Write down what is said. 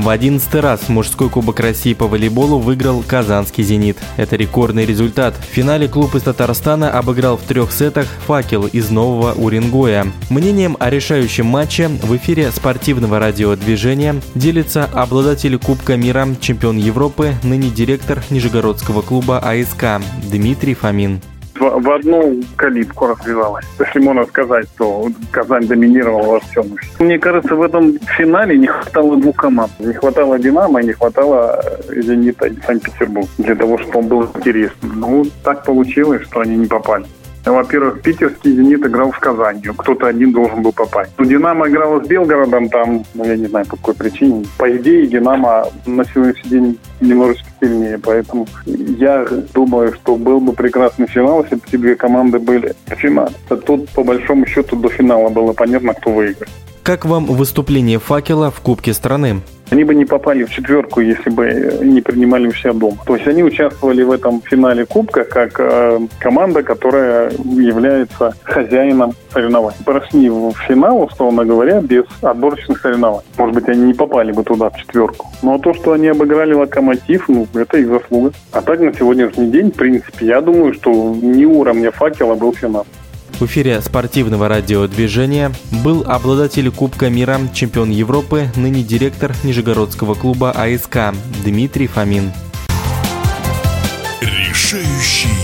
В 11-й раз мужской Кубок России по волейболу выиграл казанский «Зенит». Это рекордный результат. В финале клуб из Татарстана обыграл в 3 сетах «Факел» из Нового Уренгоя. Мнением о решающем матче в эфире спортивного радиодвижения делится обладатель Кубка мира, чемпион Европы, ныне директор нижегородского клуба АСК Дмитрий Фомин. В одну калитку развивалась. Если можно сказать, то Казань доминировала во всем. Мне кажется, в этом финале не хватало 2 команд. Не хватало «Динамо» и не хватало «Зенита» и Санкт-Петербург. Для того, чтобы он был интересным. Ну, так получилось, что они не попали. Во-первых, питерский «Зенит» играл с Казанью. Кто-то один должен был попасть. «Динамо» играла с Белгородом, там, я не знаю, по какой причине. По идее, «Динамо» на сегодняшний день немножечко сильнее. Поэтому я думаю, что был бы прекрасный финал, если бы эти 2 команды были в финале. А тут, по большому счету, до финала было понятно, кто выиграет. Как вам выступление «Факела» в Кубке страны? Они бы не попали в 4, если бы не принимали у себя дома. То есть они участвовали в этом финале Кубка как команда, которая является хозяином соревнований. Прошли в финал, условно говоря, без отборочных соревнований. Может быть, они не попали бы туда в 4. Но то, что они обыграли «Локомотив», это их заслуга. А так на сегодняшний день, в принципе, я думаю, что не уровня «Факела» был финал. В эфире спортивного радиодвижения был обладатель Кубка мира, чемпион Европы, ныне директор нижегородского клуба АСК Дмитрий Фомин. Решающий